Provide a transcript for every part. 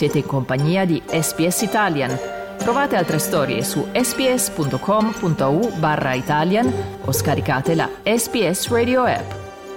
Siete in compagnia di SBS Italian. Trovate altre storie su sbs.com.au/Italian o scaricate la SBS Radio app.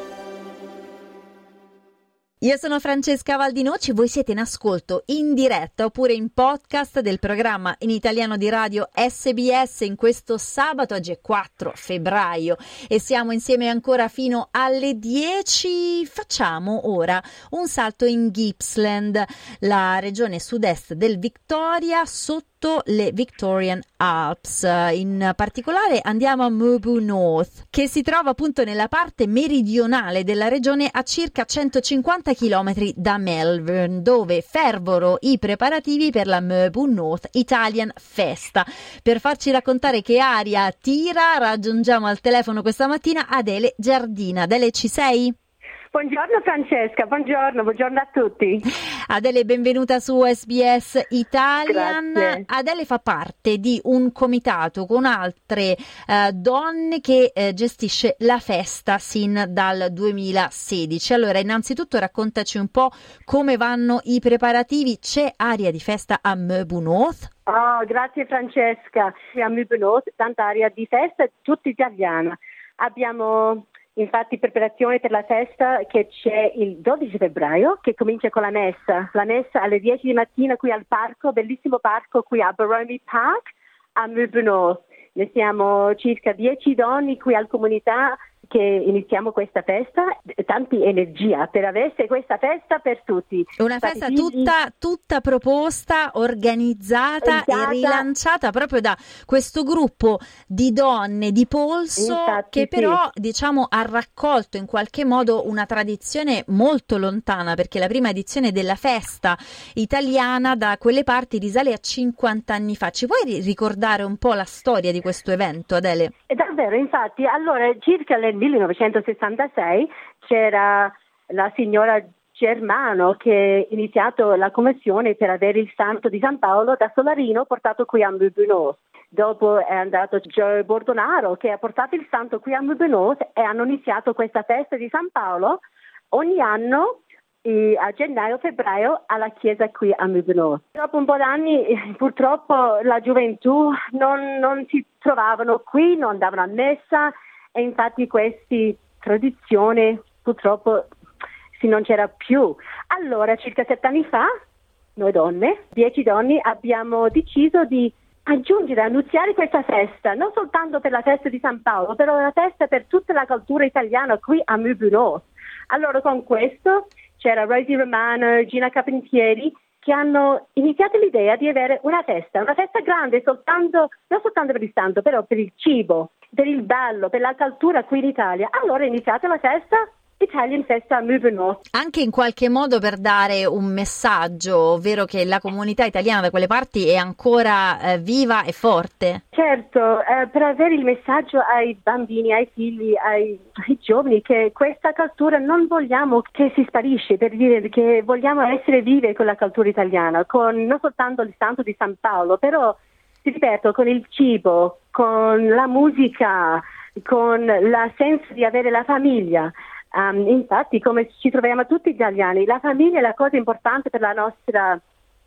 Io sono Francesca Valdinoci, voi siete in ascolto in diretta oppure in podcast del programma in italiano di radio SBS in questo sabato. Oggi è 4 febbraio e siamo insieme ancora fino alle 10. Facciamo ora un salto in Gippsland, la regione sud-est del Victoria, sotto le Victorian Alps. In particolare andiamo a Mubu North, che si trova appunto nella parte meridionale della regione a circa 150 km da Melbourne, dove fervono i preparativi per la Mubu North Italian Festa. Per farci raccontare che aria tira, raggiungiamo al telefono questa mattina Adele Giardina. Adele, ci sei? Buongiorno Francesca, buongiorno a tutti. Adele, benvenuta su SBS Italian. Grazie. Adele fa parte di un comitato con altre donne che gestisce la festa sin dal 2016. Allora, innanzitutto raccontaci un po' come vanno i preparativi. C'è aria di festa a Mubu North? Oh, grazie Francesca. A Mubu North, tanta aria di festa, tutta italiana. Abbiamo infatti preparazione per la festa che c'è il 12 febbraio, che comincia con la messa alle 10 di mattina qui al parco, bellissimo parco qui a Baromi Park a Mubu North. Ne siamo circa 10 donne qui al comunità che iniziamo questa festa, tanti energia per avere questa festa per tutti. Una festa tutta proposta, organizzata e rilanciata proprio da questo gruppo di donne di polso. Infatti, che però diciamo ha raccolto in qualche modo una tradizione molto lontana, perché la prima edizione della festa italiana da quelle parti risale a 50 anni fa. Ci puoi ricordare un po' la storia di questo evento, Adele? Davvero, infatti, allora circa nel 1966 c'era la signora Germano che ha iniziato la commissione per avere il santo di San Paolo da Solarino portato qui a Mubu North. Dopo è andato Joe Bordonaro che ha portato il santo qui a Mubu North e hanno iniziato questa festa di San Paolo ogni anno a gennaio-febbraio alla chiesa qui a Mubu North. Dopo un po' d'anni purtroppo la gioventù non si trovavano qui, non andavano a messa e infatti questa tradizione purtroppo non c'era più. Allora circa 7 anni fa noi donne, 10 donne, abbiamo deciso di annunziare questa festa, non soltanto per la festa di San Paolo, però la festa per tutta la cultura italiana qui a Mubu North. Allora con questo c'era Rosie Romano, Gina Carpentieri, che hanno iniziato l'idea di avere una festa grande, non soltanto per il santo, però per il cibo, per il ballo, per la cultura qui in Italia. Allora è iniziata la festa Italian Festa a Mubu North. Anche in qualche modo per dare un messaggio, ovvero che la comunità italiana da quelle parti è ancora viva e forte. Certo, per avere il messaggio ai bambini, ai figli, ai giovani che questa cultura non vogliamo che si sparisce, per dire che vogliamo essere vive con la cultura italiana, con non soltanto il santo di San Paolo, però ti ripeto, con il cibo, con la musica, con la senso di avere la famiglia. Infatti, come ci troviamo tutti italiani, la famiglia è la cosa importante per la nostra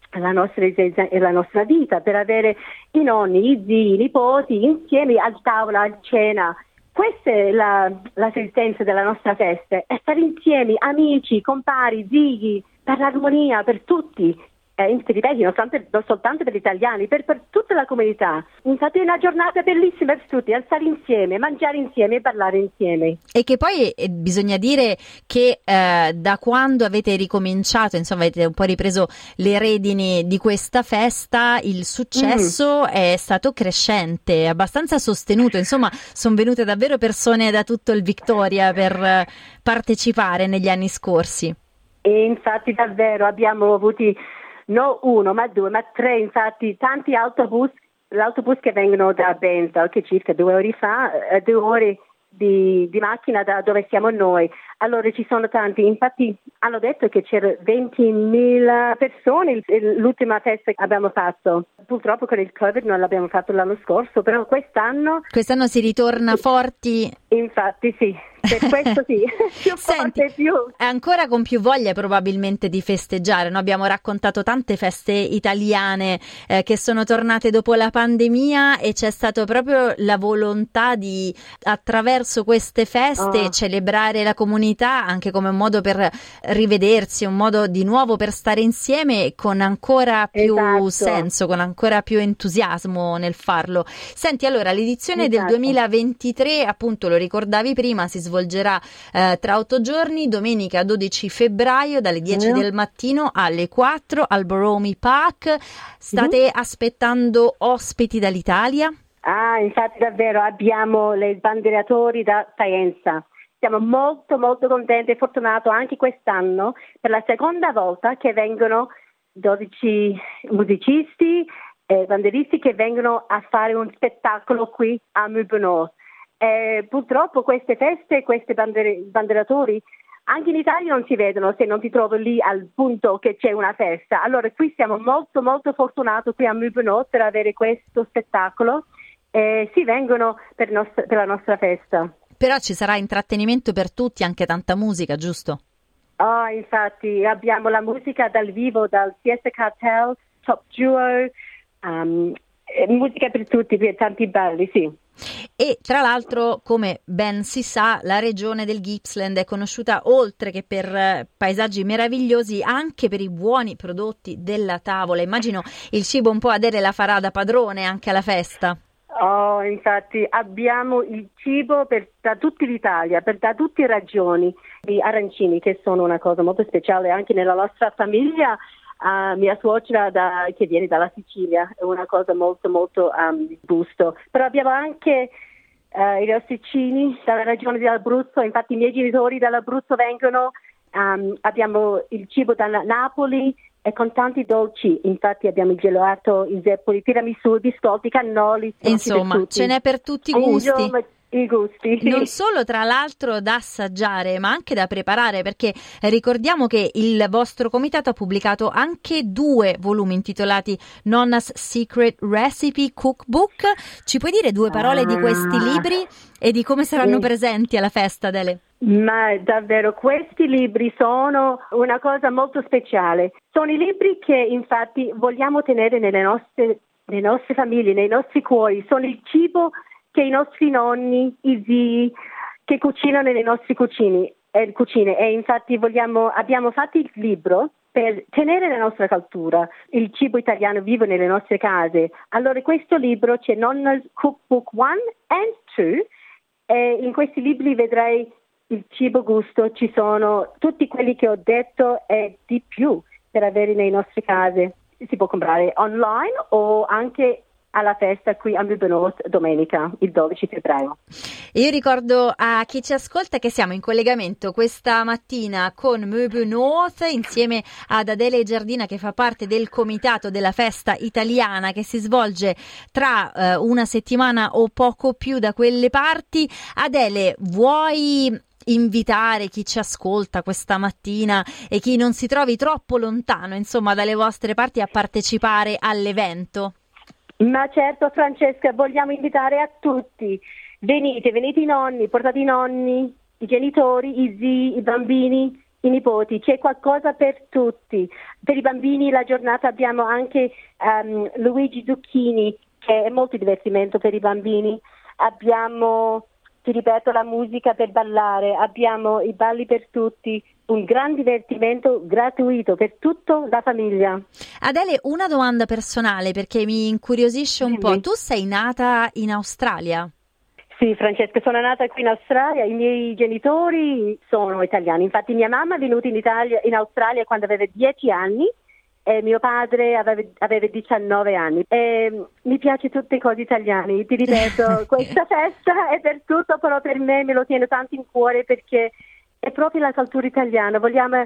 vita, per avere i nonni, i zii, i nipoti insieme a tavola, a cena. Questa è la sentenza della nostra festa, è stare insieme, amici, compari, zii, per l'armonia, per tutti. Ripeto, non soltanto per gli italiani, per tutta la comunità. Infatti è una giornata bellissima per tutti, alzare insieme, mangiare insieme e parlare insieme. E che poi bisogna dire che da quando avete ricominciato, insomma avete un po' ripreso le redini di questa festa, il successo è stato crescente, abbastanza sostenuto, insomma sono venute davvero persone da tutto il Victoria per partecipare negli anni scorsi. E infatti davvero abbiamo avuti non uno, ma 2, ma 3, infatti tanti l'autobus che vengono da Bentham, che circa 2 ore fa, 2 ore di macchina da dove siamo noi. Allora ci sono tanti, infatti hanno detto che c'erano 20.000 persone l'ultima festa che abbiamo fatto. Purtroppo con il Covid non l'abbiamo fatto l'anno scorso, però quest'anno si ritorna forti. Infatti sì. Per questo sì, più Senti, forte, più. ancora con più voglia probabilmente di festeggiare, no? Abbiamo raccontato tante feste italiane che sono tornate dopo la pandemia e c'è stato proprio la volontà di, attraverso queste feste, celebrare la comunità anche come un modo per rivedersi, un modo di nuovo per stare insieme con ancora più senso, con ancora più entusiasmo nel farlo. Senti, allora l'edizione del 2023, appunto lo ricordavi prima, si svolgerà tra 8 giorni, domenica 12 febbraio dalle 10 del mattino alle 4 al Borromeo Park. State aspettando ospiti dall'Italia? Infatti davvero abbiamo le sbandieratori da Faenza. Siamo molto molto contenti e fortunati anche quest'anno per la seconda volta che vengono 12 musicisti e bandieristi che vengono a fare un spettacolo qui a Meubenot. Purtroppo queste feste, questi bandieratori anche in Italia non si vedono se non ti trovi lì al punto che c'è una festa. Allora qui siamo molto molto fortunati qui a Meubenot per avere questo spettacolo e si vengono per la nostra festa. Però ci sarà intrattenimento per tutti, anche tanta musica, giusto? Infatti abbiamo la musica dal vivo dal Fiesta Cartel, Top Duo, musica per tutti, per tanti balli, sì. E tra l'altro, come ben si sa, la regione del Gippsland è conosciuta oltre che per paesaggi meravigliosi anche per i buoni prodotti della tavola. Immagino il cibo un po' Adele la farà da padrone anche alla festa. Infatti abbiamo il cibo da tutta l'Italia, da tutte le regioni, gli arancini che sono una cosa molto speciale anche nella nostra famiglia. Mia suocera che viene dalla Sicilia, è una cosa molto molto di gusto. Però abbiamo anche i rosticini dalla regione dell'Abruzzo, infatti i miei genitori dall'Abruzzo vengono, abbiamo il cibo da Napoli e con tanti dolci, infatti abbiamo il gelato, i zeppoli, tiramisù, i biscotti, cannoli. Insomma, ce n'è per tutti i gusti. I gusti. Non solo tra l'altro da assaggiare, ma anche da preparare, perché ricordiamo che il vostro comitato ha pubblicato anche 2 volumi intitolati Nonna's Secret Recipe Cookbook. Ci puoi dire 2 parole di questi libri e di come saranno presenti alla festa, Adele? Ma davvero, questi libri sono una cosa molto speciale. Sono i libri che infatti vogliamo tenere nelle nostre famiglie, nei nostri cuori. Sono il cibo che i nostri nonni, i zii, che cucinano nelle nostre cucine. E infatti abbiamo fatto il libro per tenere la nostra cultura, il cibo italiano vivo nelle nostre case. Allora questo libro c'è Nonna's Cookbook 1 and 2 e in questi libri vedrai il cibo gusto, ci sono tutti quelli che ho detto e di più per avere nelle nostre case. Si può comprare online o anche alla festa qui a Meubenot domenica, il 12 febbraio. Io ricordo a chi ci ascolta che siamo in collegamento questa mattina con Meubenot insieme ad Adele Giardina, che fa parte del comitato della festa italiana che si svolge tra una settimana o poco più da quelle parti. Adele, vuoi invitare chi ci ascolta questa mattina e chi non si trovi troppo lontano, insomma, dalle vostre parti a partecipare all'evento? Ma certo, Francesca, vogliamo invitare a tutti. Venite i nonni, portate i nonni, i genitori, i zii, i bambini, i nipoti. C'è qualcosa per tutti. Per i bambini la giornata abbiamo anche Luigi Zucchini, che è molto divertimento per i bambini. Abbiamo, ti ripeto, la musica per ballare, abbiamo i balli per tutti. Un gran divertimento gratuito per tutta la famiglia. Adele, una domanda personale perché mi incuriosisce un po'. Tu sei nata in Australia? Sì, Francesca, sono nata qui in Australia. I miei genitori sono italiani. Infatti mia mamma è venuta in Australia quando aveva 10 anni e mio padre aveva 19 anni. E mi piace tutte le cose italiane. Ti ripeto, questa festa è per tutto, però per me lo tiene tanto in cuore perché è proprio la cultura italiana, vogliamo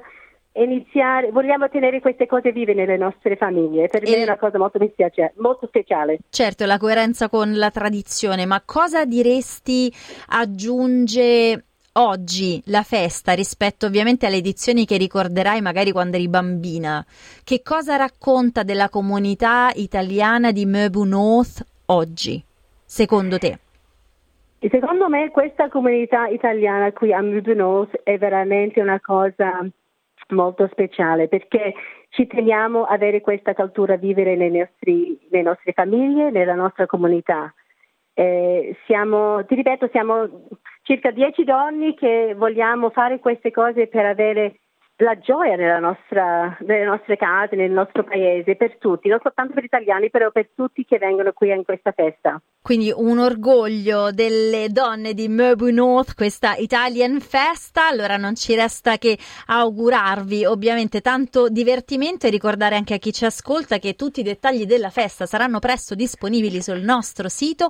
tenere queste cose vive nelle nostre famiglie, per me è una cosa molto speciale. Certo, la coerenza con la tradizione, ma cosa diresti aggiunge oggi la festa rispetto ovviamente alle edizioni che ricorderai magari quando eri bambina? Che cosa racconta della comunità italiana di Meubenot oggi, secondo te? Secondo me questa comunità italiana qui a Mykonos è veramente una cosa molto speciale, perché ci teniamo a avere questa cultura, vivere nelle nostre famiglie, nella nostra comunità. Siamo circa 10 donne che vogliamo fare queste cose per avere la gioia nelle nostre case, nel nostro paese, per tutti, non soltanto per gli italiani, però per tutti che vengono qui in questa festa. Quindi un orgoglio delle donne di Mykonos, questa Italian Festa. Allora non ci resta che augurarvi ovviamente tanto divertimento e ricordare anche a chi ci ascolta che tutti i dettagli della festa saranno presto disponibili sul nostro sito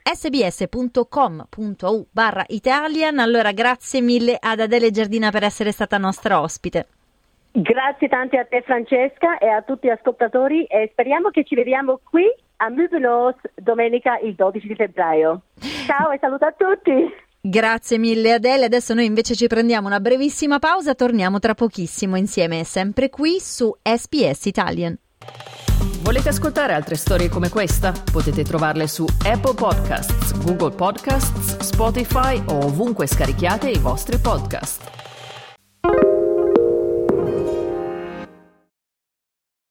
sbs.com.au/Italian. Allora grazie mille ad Adele Giardina per essere stata nostra ospite. Grazie tante a te Francesca e a tutti gli ascoltatori e speriamo che ci vediamo qui a Mykonos domenica il 12 di febbraio. Ciao e saluto a tutti! Grazie mille Adele, adesso noi invece ci prendiamo una brevissima pausa, torniamo tra pochissimo insieme sempre qui su SBS Italian. Volete ascoltare altre storie come questa? Potete trovarle su Apple Podcasts, Google Podcasts, Spotify o ovunque scarichiate i vostri podcast.